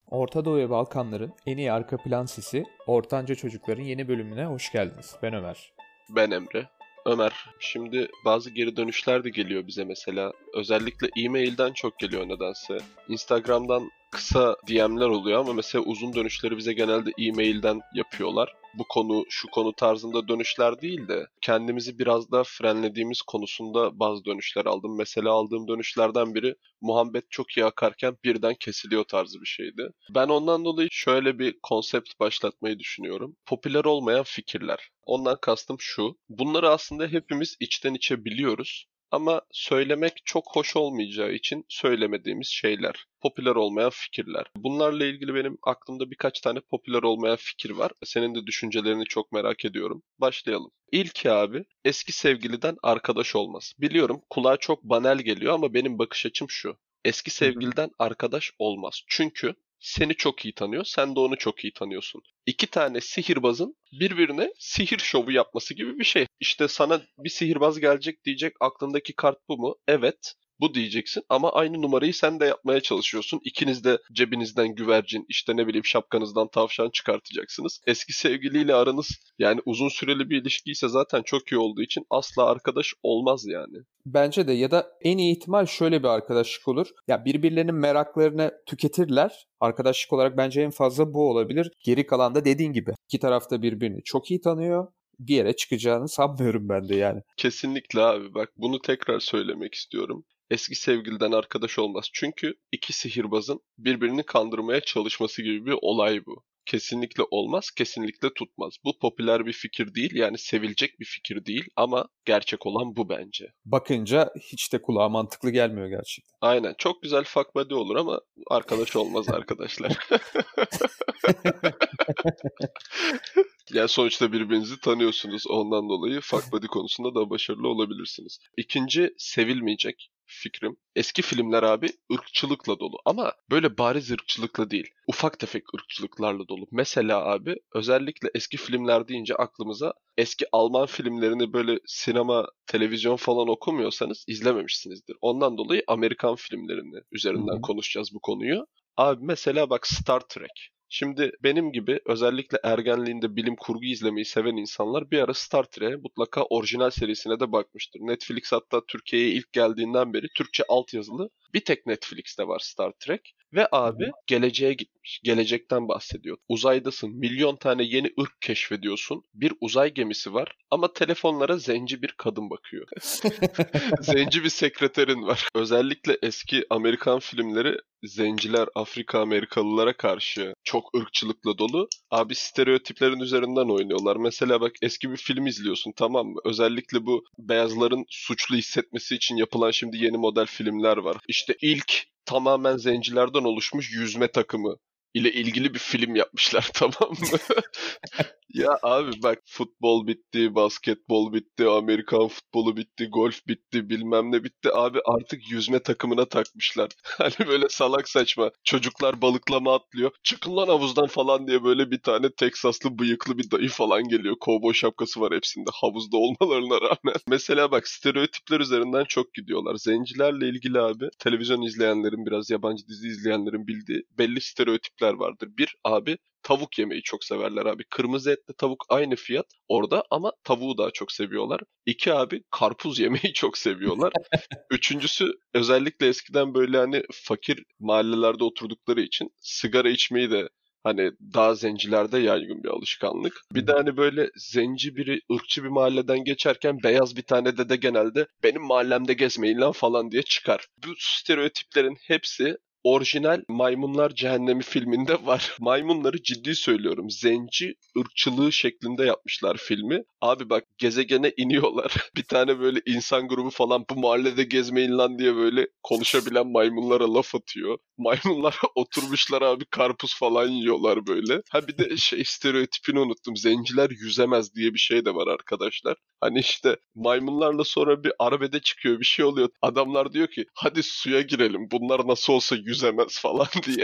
Orta Doğu ve Balkanların en iyi arka plan sesi Ortanca Çocukların yeni bölümüne hoş geldiniz. Ben Ömer. Ben Emre. Ömer, şimdi bazı geri dönüşler de geliyor bize mesela. Özellikle e-mailden çok geliyor nedense. Instagram'dan kısa DM'ler oluyor ama mesela uzun dönüşleri bize genelde e-mailden yapıyorlar. Bu konu, şu konu tarzında dönüşler değil de kendimizi biraz daha frenlediğimiz konusunda bazı dönüşler aldım. Mesela aldığım dönüşlerden biri muhabbet çok iyi akarken birden kesiliyor tarzı bir şeydi. Ben ondan dolayı şöyle bir konsept başlatmayı düşünüyorum. Popüler olmayan fikirler. Ondan kastım şu. Bunları aslında hepimiz içten içe biliyoruz. Ama söylemek çok hoş olmayacağı için söylemediğimiz şeyler. Popüler olmayan fikirler. Bunlarla ilgili benim aklımda birkaç tane popüler olmayan fikir var. Senin de düşüncelerini çok merak ediyorum. Başlayalım. İlki abi, eski sevgiliden arkadaş olmaz. Biliyorum kulağa çok banal geliyor ama benim bakış açım şu. Eski Hı hı. sevgiliden arkadaş olmaz. Çünkü seni çok iyi tanıyor, sen de onu çok iyi tanıyorsun. İki tane sihirbazın birbirine sihir şovu yapması gibi bir şey. İşte sana bir sihirbaz gelecek diyecek, aklındaki kart bu mu? Evet. Bu diyeceksin ama aynı numarayı sen de yapmaya çalışıyorsun. İkiniz de cebinizden güvercin, işte ne bileyim şapkanızdan tavşan çıkartacaksınız. Eski sevgiliyle aranız yani uzun süreli bir ilişkiyse zaten çok iyi olduğu için asla arkadaş olmaz yani. Bence de, ya da en iyi ihtimal şöyle bir arkadaşlık olur. Ya birbirlerinin meraklarını tüketirler. Arkadaşlık olarak bence en fazla bu olabilir. Geri kalan da dediğin gibi. İki taraf da birbirini çok iyi tanıyor. Bir yere çıkacağını sanmıyorum ben de yani. Kesinlikle abi, bak bunu tekrar söylemek istiyorum. Eski sevgiliden arkadaş olmaz. Çünkü iki sihirbazın birbirini kandırmaya çalışması gibi bir olay bu. Kesinlikle olmaz, kesinlikle tutmaz. Bu popüler bir fikir değil, yani sevilecek bir fikir değil ama gerçek olan bu bence. Bakınca hiç de kulağa mantıklı gelmiyor gerçekten. Aynen, çok güzel fuck buddy olur ama arkadaş olmaz arkadaşlar. Yani sonuçta birbirinizi tanıyorsunuz. Ondan dolayı fuck buddy konusunda da başarılı olabilirsiniz. İkinci, sevilmeyecek fikrim. Eski filmler abi ırkçılıkla dolu ama böyle bariz ırkçılıkla değil. Ufak tefek ırkçılıklarla dolu. Mesela abi özellikle eski filmler deyince aklımıza eski Alman filmlerini böyle sinema, televizyon falan okumuyorsanız izlememişsinizdir. Ondan dolayı Amerikan filmlerini Hı üzerinden hı. konuşacağız bu konuyu. Abi mesela bak, Star Trek. Şimdi benim gibi özellikle ergenliğinde bilim kurgu izlemeyi seven insanlar bir ara Star Trek'e mutlaka orijinal serisine de bakmıştır. Netflix hatta Türkiye'ye ilk geldiğinden beri Türkçe altyazılı bir tek Netflix'te var Star Trek. Ve Hı abi hı. geleceğe gitmiş. Gelecekten bahsediyor. Uzaydasın. Milyon tane yeni ırk keşfediyorsun. Bir uzay gemisi var ama telefonlara zenci bir kadın bakıyor. Zenci bir sekreterin var. Özellikle eski Amerikan filmleri zenciler Afrika Amerikalılara karşı çok ırkçılıkla dolu. Abi stereotiplerin üzerinden oynuyorlar. Mesela bak, eski bir film izliyorsun, tamam mı? Özellikle bu beyazların suçlu hissetmesi için yapılan şimdi yeni model filmler var. İşte ilk tamamen zencilerden oluşmuş yüzme takımı ile ilgili bir film yapmışlar, tamam mı? Ya abi bak, futbol bitti, basketbol bitti, Amerikan futbolu bitti, golf bitti, bilmem ne bitti. Abi artık yüzme takımına takmışlar. Hani böyle salak saçma. Çocuklar balıklama atlıyor. Çıkın lan havuzdan falan diye böyle bir tane Teksaslı bıyıklı bir dayı falan geliyor. Kovboy şapkası var hepsinde, havuzda olmalarına rağmen. Mesela bak, stereotipler üzerinden çok gidiyorlar. Zencilerle ilgili abi televizyon izleyenlerin, biraz yabancı dizi izleyenlerin bildiği belli stereotipler vardır. Bir abi, tavuk yemeyi çok severler abi. Kırmızı etle tavuk aynı fiyat orada ama tavuğu daha çok seviyorlar. İki abi, karpuz yemeyi çok seviyorlar. Üçüncüsü, özellikle eskiden böyle hani fakir mahallelerde oturdukları için sigara içmeyi de hani daha zencilerde yaygın bir alışkanlık. Hı Bir de hı. hani böyle zenci biri, ırkçı bir mahalleden geçerken beyaz bir tane dede genelde benim mahallemde gezmeyin lan falan diye çıkar. Bu stereotiplerin hepsi orijinal Maymunlar Cehennemi filminde var. Maymunları, ciddi söylüyorum, zenci ırkçılığı şeklinde yapmışlar filmi. Abi bak, gezegene iniyorlar. Bir tane böyle insan grubu falan bu mahallede gezmeyin lan diye böyle konuşabilen maymunlara laf atıyor. Maymunlar oturmuşlar abi, karpuz falan yiyorlar böyle. Ha bir de şey, stereotipini unuttum. Zenciler yüzemez diye bir şey de var arkadaşlar. Hani işte maymunlarla sonra bir arbede çıkıyor, bir şey oluyor. Adamlar diyor ki hadi suya girelim. Bunlar nasıl olsa yüzemiyor yüzemez falan diye.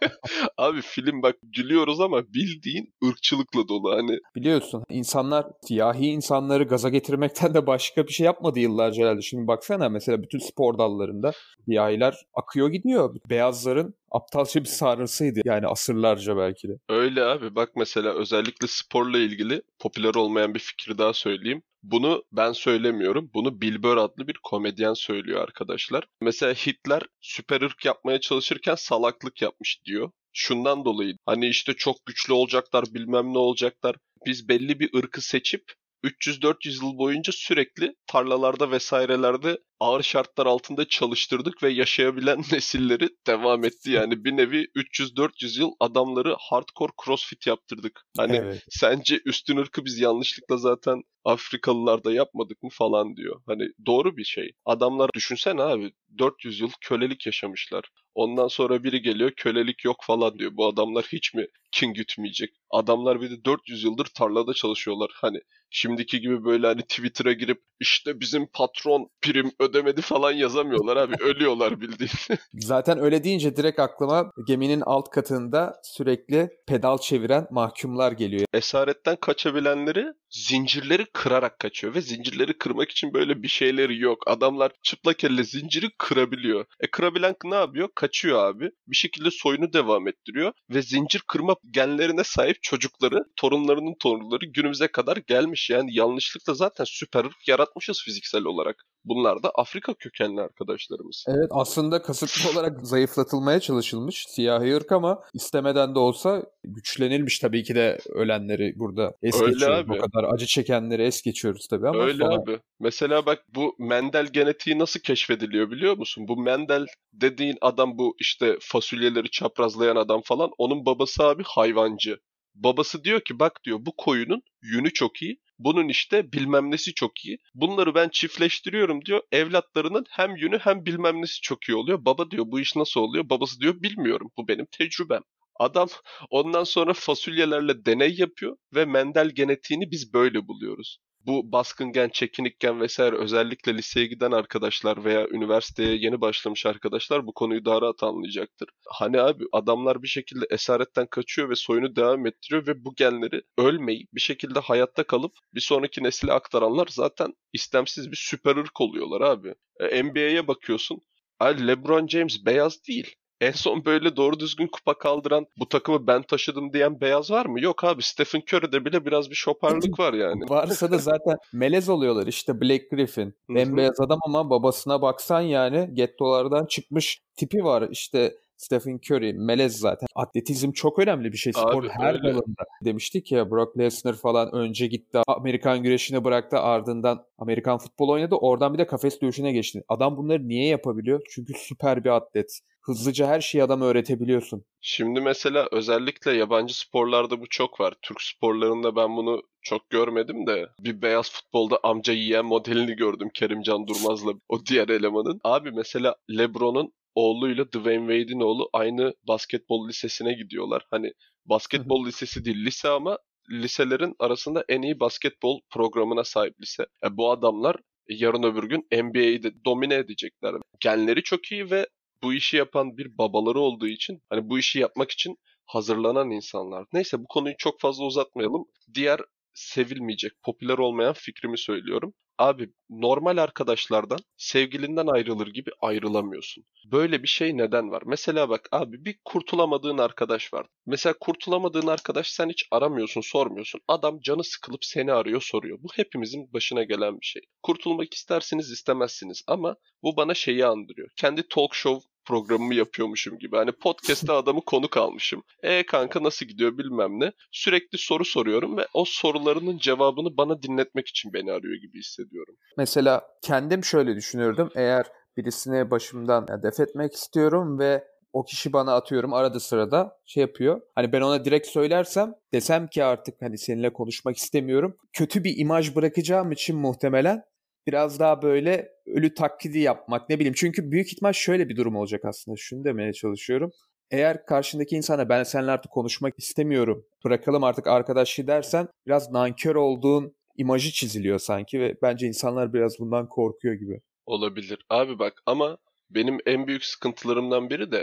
Abi film bak gülüyoruz ama bildiğin ırkçılıkla dolu hani. Biliyorsun insanlar siyahi insanları gaza getirmekten de başka bir şey yapmadı yıllarca herhalde. Şimdi baksana mesela bütün spor dallarında siyahiler akıyor gidiyor. Beyazların aptalca bir sarrısıydı yani asırlarca belki de. Öyle abi bak mesela özellikle sporla ilgili popüler olmayan bir fikri daha söyleyeyim. Bunu ben söylemiyorum. Bunu Bill Burr adlı bir komedyen söylüyor arkadaşlar. Mesela Hitler süper ırk yapmaya çalışırken salaklık yapmış diyor. Şundan dolayı hani işte çok güçlü olacaklar bilmem ne olacaklar. Biz belli bir ırkı seçip 300-400 yıl boyunca sürekli tarlalarda vesairelerde ağır şartlar altında çalıştırdık ve yaşayabilen nesilleri devam etti. Yani bir nevi 300-400 yıl adamları hardcore crossfit yaptırdık. Hani Evet. sence üstün ırkı biz yanlışlıkla zaten Afrikalılarda yapmadık mı falan diyor. Hani doğru bir şey. Adamlar düşünsene abi 400 yıl kölelik yaşamışlar. Ondan sonra biri geliyor kölelik yok falan diyor. Bu adamlar hiç mi kin gütmeyecek? Adamlar bir de 400 yıldır tarlada çalışıyorlar. Hani şimdiki gibi böyle hani Twitter'a girip işte bizim patron prim ödemedi falan yazamıyorlar abi. Ölüyorlar bildiğin. Zaten öyle deyince direkt aklıma geminin alt katında sürekli pedal çeviren mahkumlar geliyor. Esaretten kaçabilenleri zincirleri kırarak kaçıyor ve zincirleri kırmak için böyle bir şeyleri yok. Adamlar çıplak elle zinciri kırabiliyor. Kırabilen ne yapıyor? Kaçıyor abi. Bir şekilde soyunu devam ettiriyor ve zincir kırma genlerine sahip çocukları, torunlarının torunları günümüze kadar gelmiş. Yani yanlışlıkla zaten süper ırk yaratmışız fiziksel olarak. Bunlar da Afrika kökenli arkadaşlarımız. Evet aslında kasıtlı olarak zayıflatılmaya çalışılmış siyahi ırk ama istemeden de olsa güçlenilmiş tabii ki de ölenleri burada es Öyle geçiyoruz. O abi. kadar acı çekenleri es geçiyoruz tabii ama Öyle sonra abi. Mesela bak bu Mendel genetiği nasıl keşfediliyor biliyor musun? Bu Mendel dediğin adam bu işte fasulyeleri çaprazlayan adam falan. Onun babası abi hayvancı. Babası diyor ki bak diyor bu koyunun yünü çok iyi. Bunun işte bilmem nesi çok iyi. Bunları ben çiftleştiriyorum diyor. Evlatlarının hem yünü hem bilmem nesi çok iyi oluyor. Baba diyor bu iş nasıl oluyor? Babası diyor bilmiyorum. Bu benim tecrübem. Adam ondan sonra fasulyelerle deney yapıyor ve Mendel genetiğini biz böyle buluyoruz. Bu baskınken, çekinikken vesaire özellikle liseye giden arkadaşlar veya üniversiteye yeni başlamış arkadaşlar bu konuyu daha rahat anlayacaktır. Hani abi adamlar bir şekilde esaretten kaçıyor ve soyunu devam ettiriyor ve bu genleri ölmeyip bir şekilde hayatta kalıp bir sonraki nesile aktaranlar zaten istemsiz bir süper ırk oluyorlar abi. NBA'ye bakıyorsun. Abi LeBron James beyaz değil. En son böyle doğru düzgün kupa kaldıran bu takımı ben taşıdım diyen beyaz var mı? Yok abi Stephen Curry'de bile biraz bir şoparlık var yani. varsa da zaten melez oluyorlar. İşte Blake Griffin Hı hı. bembeyaz adam ama babasına baksan yani gettolardan çıkmış tipi var. İşte Stephen Curry melez zaten. Atletizm çok önemli bir şey. Sporun Abi her öyle. dalında. Demiştik ya Brock Lesnar falan önce gitti Amerikan güreşini bıraktı ardından Amerikan futbol oynadı. Oradan bir de kafes dövüşüne geçti. Adam bunları niye yapabiliyor? Çünkü süper bir atlet. Hızlıca her şeyi adama öğretebiliyorsun. Şimdi mesela özellikle yabancı sporlarda bu çok var. Türk sporlarında ben bunu çok görmedim de bir beyaz futbolda amca yiyen modelini gördüm Kerimcan Durmaz'la o diğer elemanın. Abi mesela LeBron'un oğluyla Dwayne Wade'in oğlu aynı basketbol lisesine gidiyorlar. Hani basketbol lisesi değil lise ama liselerin arasında en iyi basketbol programına sahip lise. Bu adamlar yarın öbür gün NBA'yi de domine edecekler. Genleri çok iyi ve bu işi yapan bir babaları olduğu için hani bu işi yapmak için hazırlanan insanlar. Neyse bu konuyu çok fazla uzatmayalım. Diğer sevilmeyecek, popüler olmayan fikrimi söylüyorum. Abi normal arkadaşlardan sevgilinden ayrılır gibi ayrılamıyorsun. Böyle bir şey neden var? Mesela bak abi bir kurtulamadığın arkadaş var. Mesela kurtulamadığın arkadaş sen hiç aramıyorsun, sormuyorsun. Adam canı sıkılıp seni arıyor, soruyor. Bu hepimizin başına gelen bir şey. Kurtulmak istersiniz, istemezsiniz ama bu bana şeyi andırıyor. Kendi talk show programımı yapıyormuşum gibi. Hani podcast'te adamı konuk almışım. Kanka nasıl gidiyor bilmem ne. Sürekli soru soruyorum ve o sorularının cevabını bana dinletmek için beni arıyor gibi hissediyorum. Mesela kendim şöyle düşünürdüm. Eğer birisini başımdan def etmek istiyorum ve o kişi bana atıyorum arada sırada şey yapıyor. Hani ben ona direkt söylersem desem ki artık hani seninle konuşmak istemiyorum. Kötü bir imaj bırakacağım için muhtemelen biraz daha böyle ölü taklidi yapmak ne bileyim. Çünkü büyük ihtimal şöyle bir durum olacak aslında. Şunu demeye çalışıyorum. Eğer karşındaki insana ben seninle artık konuşmak istemiyorum, bırakalım artık arkadaşlığı dersen biraz nankör olduğun imajı çiziliyor sanki ve bence insanlar biraz bundan korkuyor gibi. Olabilir. Abi bak ama benim en büyük sıkıntılarımdan biri de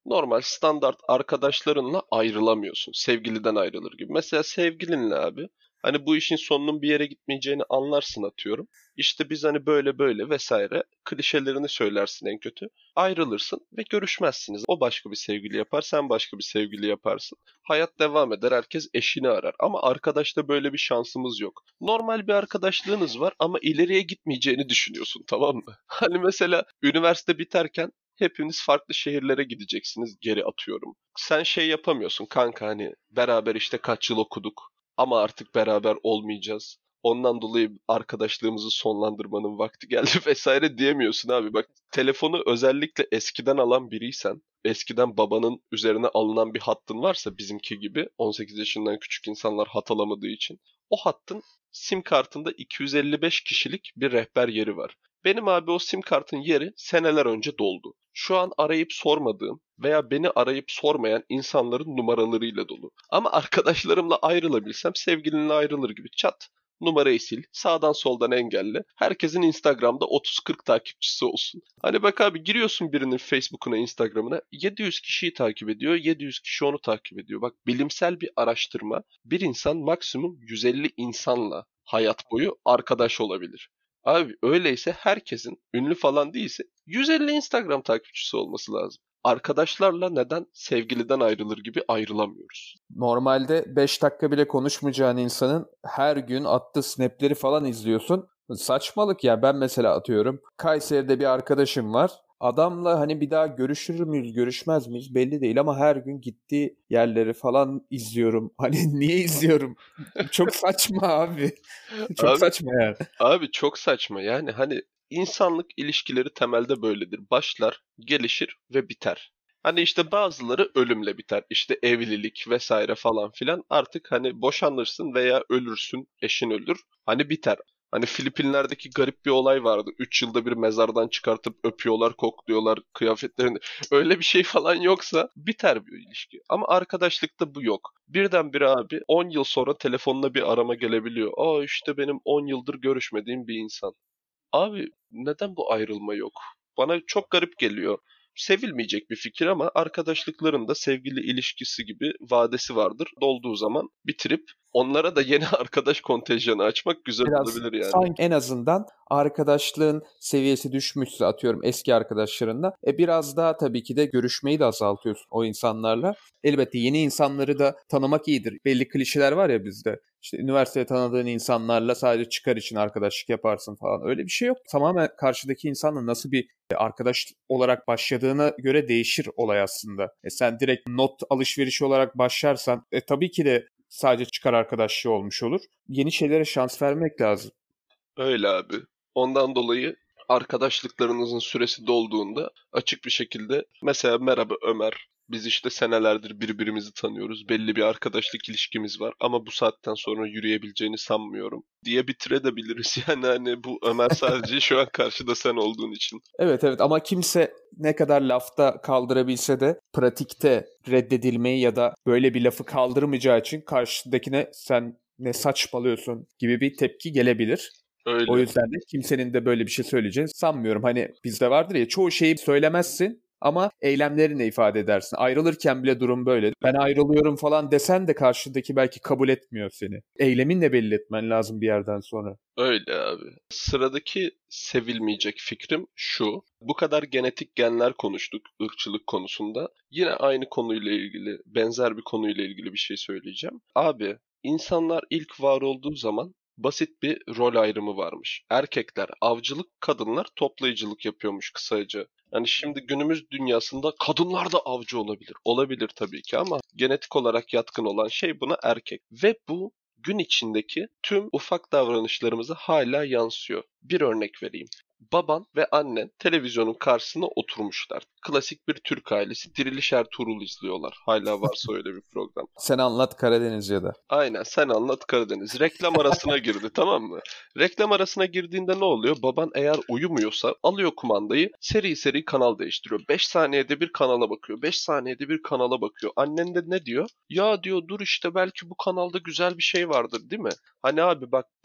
Normal standart arkadaşlarınla ayrılamıyorsun. Sevgiliden ayrılır gibi. Mesela sevgilinle abi. Hani bu işin sonunun bir yere gitmeyeceğini anlarsın atıyorum. İşte biz hani böyle böyle vesaire klişelerini söylersin en kötü. Ayrılırsın ve görüşmezsiniz. O başka bir sevgili yapar, sen başka bir sevgili yaparsın. Hayat devam eder, herkes eşini arar. Ama arkadaşta böyle bir şansımız yok. Normal bir arkadaşlığınız var ama ileriye gitmeyeceğini düşünüyorsun, tamam mı? Hani mesela üniversite biterken hepiniz farklı şehirlere gideceksiniz, geri atıyorum. Sen şey yapamıyorsun kanka, hani beraber işte kaç yıl okuduk ama artık beraber olmayacağız. Ondan dolayı arkadaşlığımızı sonlandırmanın vakti geldi vesaire diyemiyorsun abi. Bak, telefonu özellikle eskiden alan biriysen, eskiden babanın üzerine alınan bir hattın varsa, bizimki gibi 18 yaşından küçük insanlar hat alamadığı için, o hattın sim kartında 255 kişilik bir rehber yeri var. Benim abi o sim kartın yeri seneler önce doldu. Şu an arayıp sormadığım veya beni arayıp sormayan insanların numaralarıyla dolu. Ama arkadaşlarımla ayrılabilsem sevgilinle ayrılır gibi çat. Numarayı sil, sağdan soldan engelle. Herkesin Instagram'da 30-40 takipçisi olsun. Hani bak abi, giriyorsun birinin Facebook'una, Instagram'ına, 700 kişiyi takip ediyor, 700 kişi onu takip ediyor. Bak, bilimsel bir araştırma, bir insan maksimum 150 insanla hayat boyu arkadaş olabilir. Abi öyleyse herkesin, ünlü falan değilse, 150 Instagram takipçisi olması lazım. Arkadaşlarla neden sevgiliden ayrılır gibi ayrılamıyoruz? Normalde 5 dakika bile konuşmayacağın insanın her gün attığı snapleri falan izliyorsun. Saçmalık ya. Ben mesela atıyorum, Kayseri'de bir arkadaşım var. Adamla hani bir daha görüşür müyüz, görüşmez miyiz belli değil ama her gün gittiği yerleri falan izliyorum. Hani niye izliyorum? Çok saçma abi. Çok Abi saçma yani. Abi çok saçma, yani hani insanlık ilişkileri temelde böyledir. Başlar, gelişir ve biter. Hani işte bazıları ölümle biter. İşte evlilik vesaire falan filan. Artık hani boşanırsın veya ölürsün, eşin ölür. Hani biter. Hani Filipinler'deki garip bir olay vardı. 3 yılda bir mezardan çıkartıp öpüyorlar, kokluyorlar kıyafetlerini. Öyle bir şey falan yoksa biter bir ilişki. Ama arkadaşlıkta bu yok. Birdenbire abi 10 yıl sonra telefonuna bir arama gelebiliyor. Aa, işte benim 10 yıldır görüşmediğim bir insan. Abi neden bu ayrılma yok? Bana çok garip geliyor. Sevilmeyecek bir fikir ama arkadaşlıkların da sevgili ilişkisi gibi vadesi vardır. Dolduğu zaman bitirip onlara da yeni arkadaş kontenjanı açmak güzel Biraz olabilir yani. sanki en azından arkadaşlığın seviyesi düşmüşse atıyorum eski arkadaşlarınla biraz daha tabii ki de görüşmeyi de azaltıyorsun o insanlarla. Elbette yeni insanları da tanımak iyidir. Belli klişeler var ya bizde. İşte üniversitede tanıdığın insanlarla sadece çıkar için arkadaşlık yaparsın falan. Öyle bir şey yok. Tamamen karşıdaki insanla nasıl bir arkadaş olarak başladığına göre değişir olay aslında. Sen direkt not alışverişi olarak başlarsan tabii ki de sadece çıkar arkadaşlığı olmuş olur. Yeni şeylere şans vermek lazım. Öyle abi. Ondan dolayı arkadaşlıklarınızın süresi dolduğunda açık bir şekilde, mesela merhaba Ömer, biz işte senelerdir birbirimizi tanıyoruz. Belli bir arkadaşlık ilişkimiz var ama bu saatten sonra yürüyebileceğini sanmıyorum diye bitirebiliriz. Yani hani bu Ömer sadece şu an karşıda sen olduğun için. Evet evet, ama kimse ne kadar lafta kaldırabilse de pratikte reddedilmeyi ya da böyle bir lafı kaldırmayacağı için karşıdakine sen ne saçmalıyorsun gibi bir tepki gelebilir. O Öyle. yüzden de kimsenin de böyle bir şey söyleyeceğini sanmıyorum. Hani bizde vardır ya, çoğu şeyi söylemezsin ama eylemlerinle ifade edersin. Ayrılırken bile durum böyle. Ben ayrılıyorum falan desen de karşıdaki belki kabul etmiyor seni. Eyleminle belli etmen lazım bir yerden sonra. Öyle abi. Sıradaki sevilmeyecek fikrim şu. Bu kadar genetik genler konuştuk ırkçılık konusunda. Yine aynı konuyla ilgili, benzer bir konuyla ilgili bir şey söyleyeceğim. Abi, insanlar ilk var olduğu zaman basit bir rol ayrımı varmış. Erkekler avcılık, kadınlar toplayıcılık yapıyormuş kısaca. Yani şimdi günümüz dünyasında kadınlar da avcı olabilir. Olabilir tabii ki ama genetik olarak yatkın olan şey buna erkek. Ve bu gün içindeki tüm ufak davranışlarımıza hala yansıyor. Bir örnek vereyim. Baban ve annen televizyonun karşısına oturmuşlar. Klasik bir Türk ailesi Diriliş Ertuğrul izliyorlar. Hala varsa öyle bir program. Sen anlat Karadeniz ya da. Aynen, sen anlat Karadeniz. Reklam arasına girdi, tamam mı? Reklam arasına girdiğinde ne oluyor? Baban eğer uyumuyorsa alıyor kumandayı, seri seri kanal değiştiriyor. 5 saniyede bir kanala bakıyor. 5 saniyede bir kanala bakıyor. Annen de ne diyor? Ya diyor, dur işte belki bu kanalda güzel bir şey vardır değil mi? Hani abi bak, bu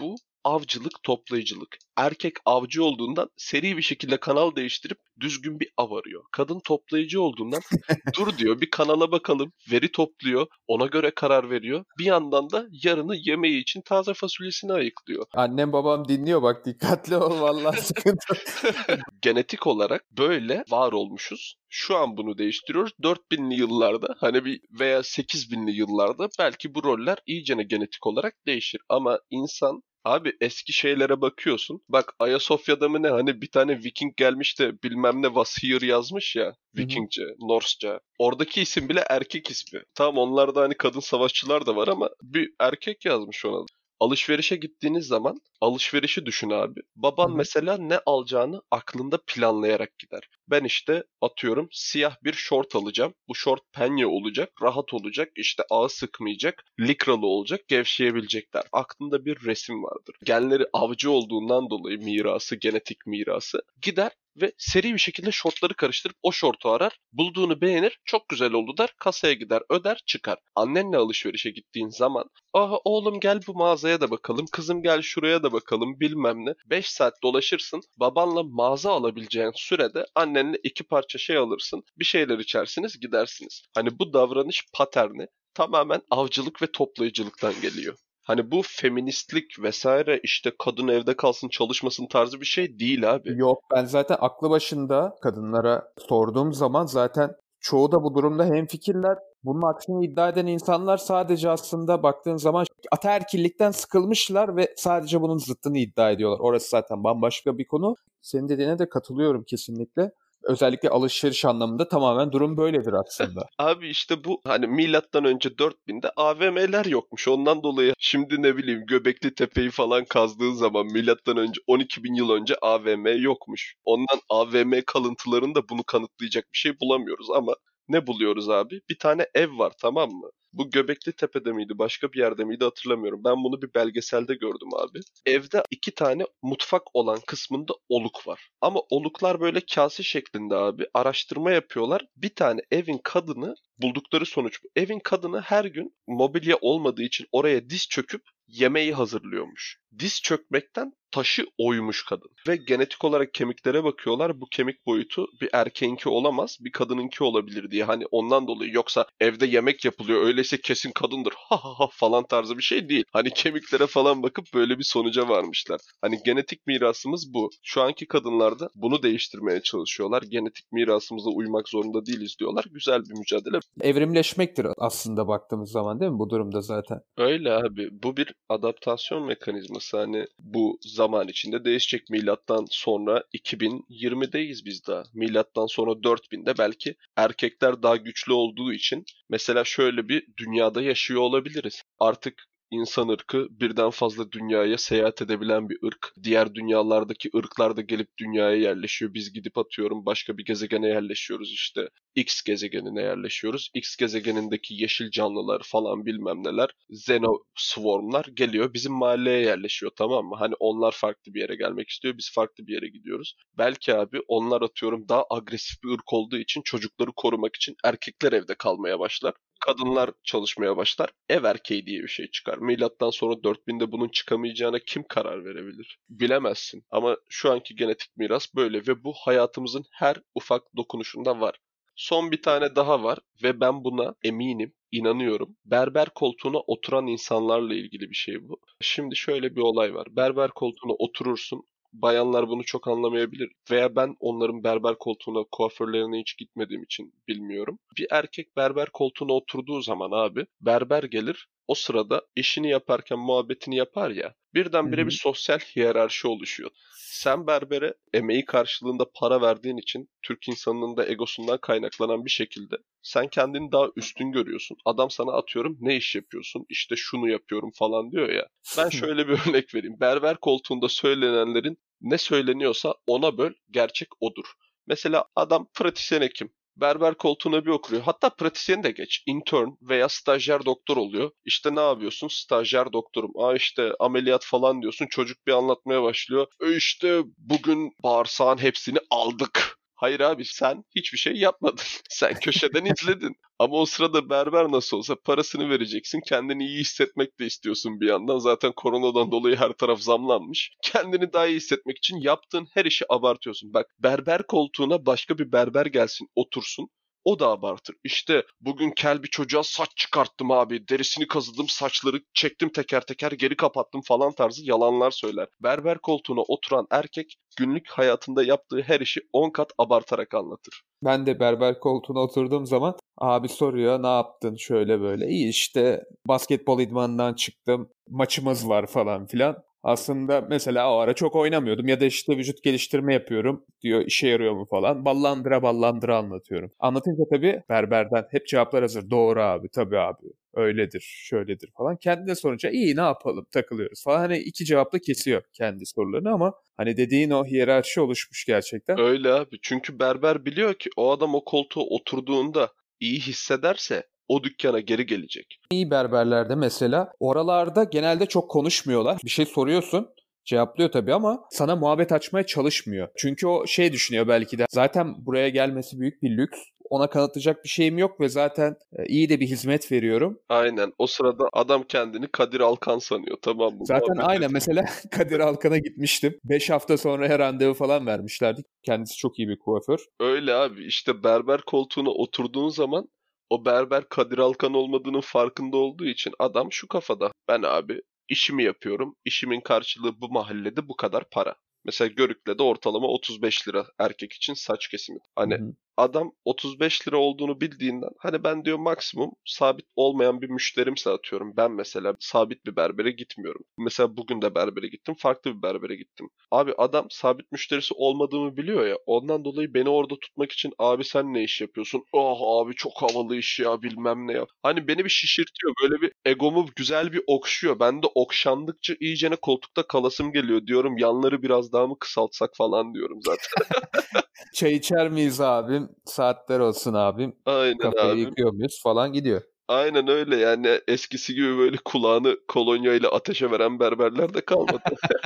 avcılık, toplayıcılık. Erkek avcı olduğundan seri bir şekilde kanal değiştirip düzgün bir av arıyor. Kadın toplayıcı olduğundan dur diyor bir kanala bakalım, veri topluyor, ona göre karar veriyor. Bir yandan da yarını yemeği için taze fasulyesini ayıklıyor. Annem babam dinliyor bak, dikkatli ol vallahi sıkıntı. Genetik olarak böyle var olmuşuz. Şu an bunu değiştiriyoruz. 4000'li yıllarda hani bir veya 8000'li yıllarda belki bu roller iyicene genetik olarak değişir. Ama insan abi eski şeylere bakıyorsun. Bak Ayasofya'da mı ne hani bir tane Viking gelmiş de bilmem ne was here yazmış ya. Hı hı. Vikingce, Norseca. Oradaki isim bile erkek ismi. Tamam onlarda hani kadın savaşçılar da var ama bir erkek yazmış ona. Alışverişe gittiğiniz zaman alışverişi düşün abi. Hı Baban hı. mesela ne alacağını aklında planlayarak gider. Ben işte atıyorum siyah bir şort alacağım. Bu şort penye olacak, rahat olacak, işte ağı sıkmayacak, likralı olacak, gevşeyebilecekler. Aklında bir resim vardır. Genleri avcı olduğundan dolayı mirası, genetik mirası gider ve seri bir şekilde şortları karıştırıp o şortu arar. Bulduğunu beğenir, çok güzel oldu der, kasaya gider, öder, çıkar. Annenle alışverişe gittiğin zaman aha oğlum gel bu mağazaya da bakalım, kızım gel şuraya da bakalım bilmem ne. 5 saat dolaşırsın, babanla mağaza alabileceğin sürede annenle 2 parça şey alırsın, bir şeyler içersiniz gidersiniz. Hani bu davranış paterni tamamen avcılık ve toplayıcılıktan geliyor. Hani bu feministlik vesaire işte kadın evde kalsın çalışmasın tarzı bir şey değil abi. Yok, ben zaten aklı başında kadınlara sorduğum zaman zaten çoğu da bu durumda hemfikirler. Bunun aksini iddia eden insanlar sadece aslında baktığın zaman ataerkillikten sıkılmışlar ve sadece bunun zıttını iddia ediyorlar. Orası zaten bambaşka bir konu. Senin dediğine de katılıyorum kesinlikle. Özellikle alışveriş anlamında tamamen durum böyledir aslında. Abi işte bu hani milattan önce 4000'de AVM'ler yokmuş. Ondan dolayı şimdi ne bileyim Göbekli Tepe'yi falan kazdığın zaman milattan önce 12 bin yıl önce AVM yokmuş. Ondan AVM kalıntılarında bunu kanıtlayacak bir şey bulamıyoruz ama ne buluyoruz abi? Bir tane ev var tamam mı? Bu Göbekli Tepe'de miydi başka bir yerde miydi hatırlamıyorum. Ben bunu bir belgeselde gördüm abi. Evde 2 tane mutfak olan kısmında oluk var. Ama oluklar böyle kase şeklinde abi. Araştırma yapıyorlar. Bir tane evin kadını buldukları sonuç bu. Evin kadını her gün mobilya olmadığı için oraya diz çöküp yemeği hazırlıyormuş. Diz çökmekten taşı oymuş kadın. Ve genetik olarak kemiklere bakıyorlar. Bu kemik boyutu bir erkeğinki olamaz, bir kadınınki olabilir diye. Hani ondan dolayı yoksa evde yemek yapılıyor öyleyse kesin kadındır ha ha ha falan tarzı bir şey değil. Hani kemiklere falan bakıp böyle bir sonuca varmışlar. Hani genetik mirasımız bu. Şu anki kadınlar da bunu değiştirmeye çalışıyorlar. Genetik mirasımıza uymak zorunda değiliz diyorlar. Güzel bir mücadele. Evrimleşmektir aslında baktığımız zaman, değil mi bu durumda zaten? Öyle abi. Bu bir adaptasyon mekanizması. Hani bu zaman içinde değişecek. Milattan sonra 2020'deyiz biz daha. Milattan sonra 4000'de belki erkekler daha güçlü olduğu için mesela şöyle bir dünyada yaşıyor olabiliriz. Artık insan ırkı birden fazla dünyaya seyahat edebilen bir ırk. Diğer dünyalardaki ırklar da gelip dünyaya yerleşiyor. Biz gidip atıyorum başka bir gezegene yerleşiyoruz işte. X gezegenine yerleşiyoruz. X gezegenindeki yeşil canlılar falan bilmem neler, Xenoswarm'lar geliyor bizim mahalleye yerleşiyor tamam mı? Hani onlar farklı bir yere gelmek istiyor, biz farklı bir yere gidiyoruz. Belki abi onlar atıyorum daha agresif bir ırk olduğu için çocukları korumak için erkekler evde kalmaya başlar. Kadınlar çalışmaya başlar. Ev erkeği diye bir şey çıkar. Milattan sonra 4000'de bunun çıkamayacağına kim karar verebilir? Bilemezsin. Ama şu anki genetik miras böyle ve bu hayatımızın her ufak dokunuşunda var. Son bir tane daha var ve ben buna eminim, inanıyorum. Berber koltuğuna oturan insanlarla ilgili bir şey bu. Şimdi şöyle bir olay var. Berber koltuğuna oturursun. Bayanlar bunu çok anlamayabilir veya ben onların berber koltuğuna, kuaförlerine hiç gitmediğim için bilmiyorum. Bir erkek berber koltuğuna oturduğu zaman abi berber gelir. O sırada işini yaparken muhabbetini yapar ya. Hı Birdenbire bir hı. sosyal hiyerarşi oluşuyor. Sen berbere emeği karşılığında para verdiğin için Türk insanının da egosundan kaynaklanan bir şekilde sen kendini daha üstün görüyorsun. Adam sana atıyorum ne iş yapıyorsun? İşte şunu yapıyorum falan diyor ya. Ben şöyle bir örnek vereyim. Berber koltuğunda söylenenlerin ne söyleniyorsa ona böl, gerçek odur. Mesela adam pratisyen hekim. Berber koltuğuna bir oturuyor. Hatta pratisyeni de geç. Intern veya stajyer doktor oluyor. İşte ne yapıyorsun? Stajyer doktorum. Aa işte ameliyat falan diyorsun. Çocuk bir anlatmaya başlıyor. İşte bugün bağırsağın hepsini aldık. Hayır abi, sen hiçbir şey yapmadın. Sen köşeden izledin. Ama o sırada berber nasıl olsa parasını vereceksin. Kendini iyi hissetmek de istiyorsun bir yandan. Zaten koronadan dolayı her taraf zamlanmış. Kendini daha iyi hissetmek için yaptığın her işi abartıyorsun. Bak, berber koltuğuna başka bir berber gelsin, otursun. O da abartır. İşte bugün kel bir çocuğa saç çıkarttım abi. Derisini kazıdım, saçları çektim teker teker, geri kapattım falan tarzı yalanlar söyler. Berber koltuğuna oturan erkek günlük hayatında yaptığı her işi 10 kat abartarak anlatır. Ben de berber koltuğuna oturduğum zaman abi soruyor ne yaptın şöyle böyle. İyi işte basketbol idmanından çıktım. Maçımız var falan filan. Aslında mesela o ara çok oynamıyordum ya da işte vücut geliştirme yapıyorum diyor, işe yarıyor mu falan. Ballandıra ballandıra anlatıyorum. Anlatınca tabii berberden hep cevaplar hazır. Doğru abi, tabii abi, öyledir şöyledir falan. Kendine sorunca iyi ne yapalım takılıyoruz falan. Hani iki cevapla kesiyor kendi sorularını ama hani dediğin o hiyerarşi oluşmuş gerçekten. Öyle abi. Çünkü berber biliyor ki o adam o koltuğa oturduğunda iyi hissederse o dükkana geri gelecek. İyi berberlerde mesela oralarda genelde çok konuşmuyorlar. Bir şey soruyorsun, cevaplıyor tabii ama sana muhabbet açmaya çalışmıyor. Çünkü o şey düşünüyor belki de. Zaten buraya gelmesi büyük bir lüks. Ona kanıtlayacak bir şeyim yok ve zaten iyi de bir hizmet veriyorum. Aynen. O sırada adam kendini Kadir Alkan sanıyor. Tamam mı? Zaten Muhabbet aynen ediyor. mesela Kadir Alkan'a gitmiştim. 5 hafta sonra randevu falan vermişlerdi. Kendisi çok iyi bir kuaför. Öyle abi. İşte berber koltuğuna oturduğun zaman o berber Kadir Alkan olmadığının farkında olduğu için adam şu kafada. Ben abi işimi yapıyorum. İşimin karşılığı bu mahallede bu kadar para. Mesela Görükle'de ortalama 35 lira erkek için saç kesimi. Hı Hani hı. adam 35 lira olduğunu bildiğinden hani ben diyor maksimum sabit olmayan bir müşterimse atıyorum. Ben mesela sabit bir berbere gitmiyorum. Mesela bugün de berbere gittim. Farklı bir berbere gittim. Abi adam sabit müşterisi olmadığımı biliyor ya. Ondan dolayı beni orada tutmak için abi sen ne iş yapıyorsun? Oh abi çok havalı iş ya bilmem ne ya. Hani beni bir şişirtiyor. Böyle bir egomu güzel bir okşuyor. Ben de okşandıkça iyicene koltukta kalasım geliyor. Diyorum yanları biraz daha mı kısaltsak falan diyorum zaten. Çay içer miyiz abim? Saatler olsun abim. Aynen Kafayı abi. yıkıyor muyuz falan gidiyor. Aynen öyle yani eskisi gibi böyle kulağını kolonya ile ateşe veren berberler de kalmadı.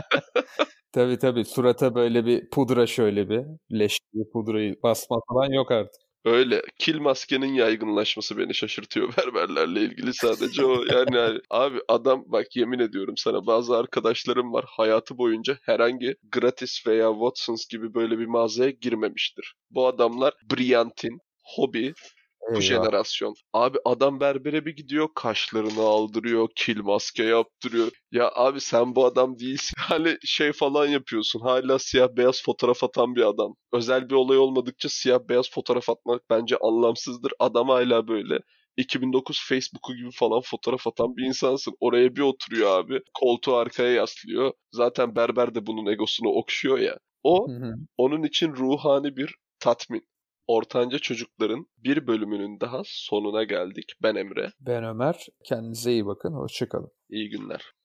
Tabii tabii surata böyle bir pudra şöyle bir leş gibi pudrayı basma falan yok artık. Öyle. Kil maskenin yaygınlaşması beni şaşırtıyor berberlerle ilgili sadece o. Yani abi adam bak yemin ediyorum sana bazı arkadaşlarım var hayatı boyunca herhangi gratis veya Watsons gibi böyle bir mağazaya girmemiştir. Bu adamlar Brilliant'in, Hobby, bu Eyvah. jenerasyon. Abi adam berbere bir gidiyor, kaşlarını aldırıyor, kil maske yaptırıyor. Ya abi sen bu adam değilsin. Hani şey falan yapıyorsun. Hala siyah beyaz fotoğraf atan bir adam. Özel bir olay olmadıkça siyah beyaz fotoğraf atmak bence anlamsızdır. Adam hala böyle 2009 Facebook'u gibi falan fotoğraf atan bir insansın. Oraya bir oturuyor abi. Koltuğu arkaya yaslıyor. Zaten berber de bunun egosunu okşuyor ya. O Hı hı. onun için ruhani bir tatmin. Ortanca Çocukların bir bölümünün daha sonuna geldik. Ben Emre. Ben Ömer. Kendinize iyi bakın. Hoşça kalın. İyi günler.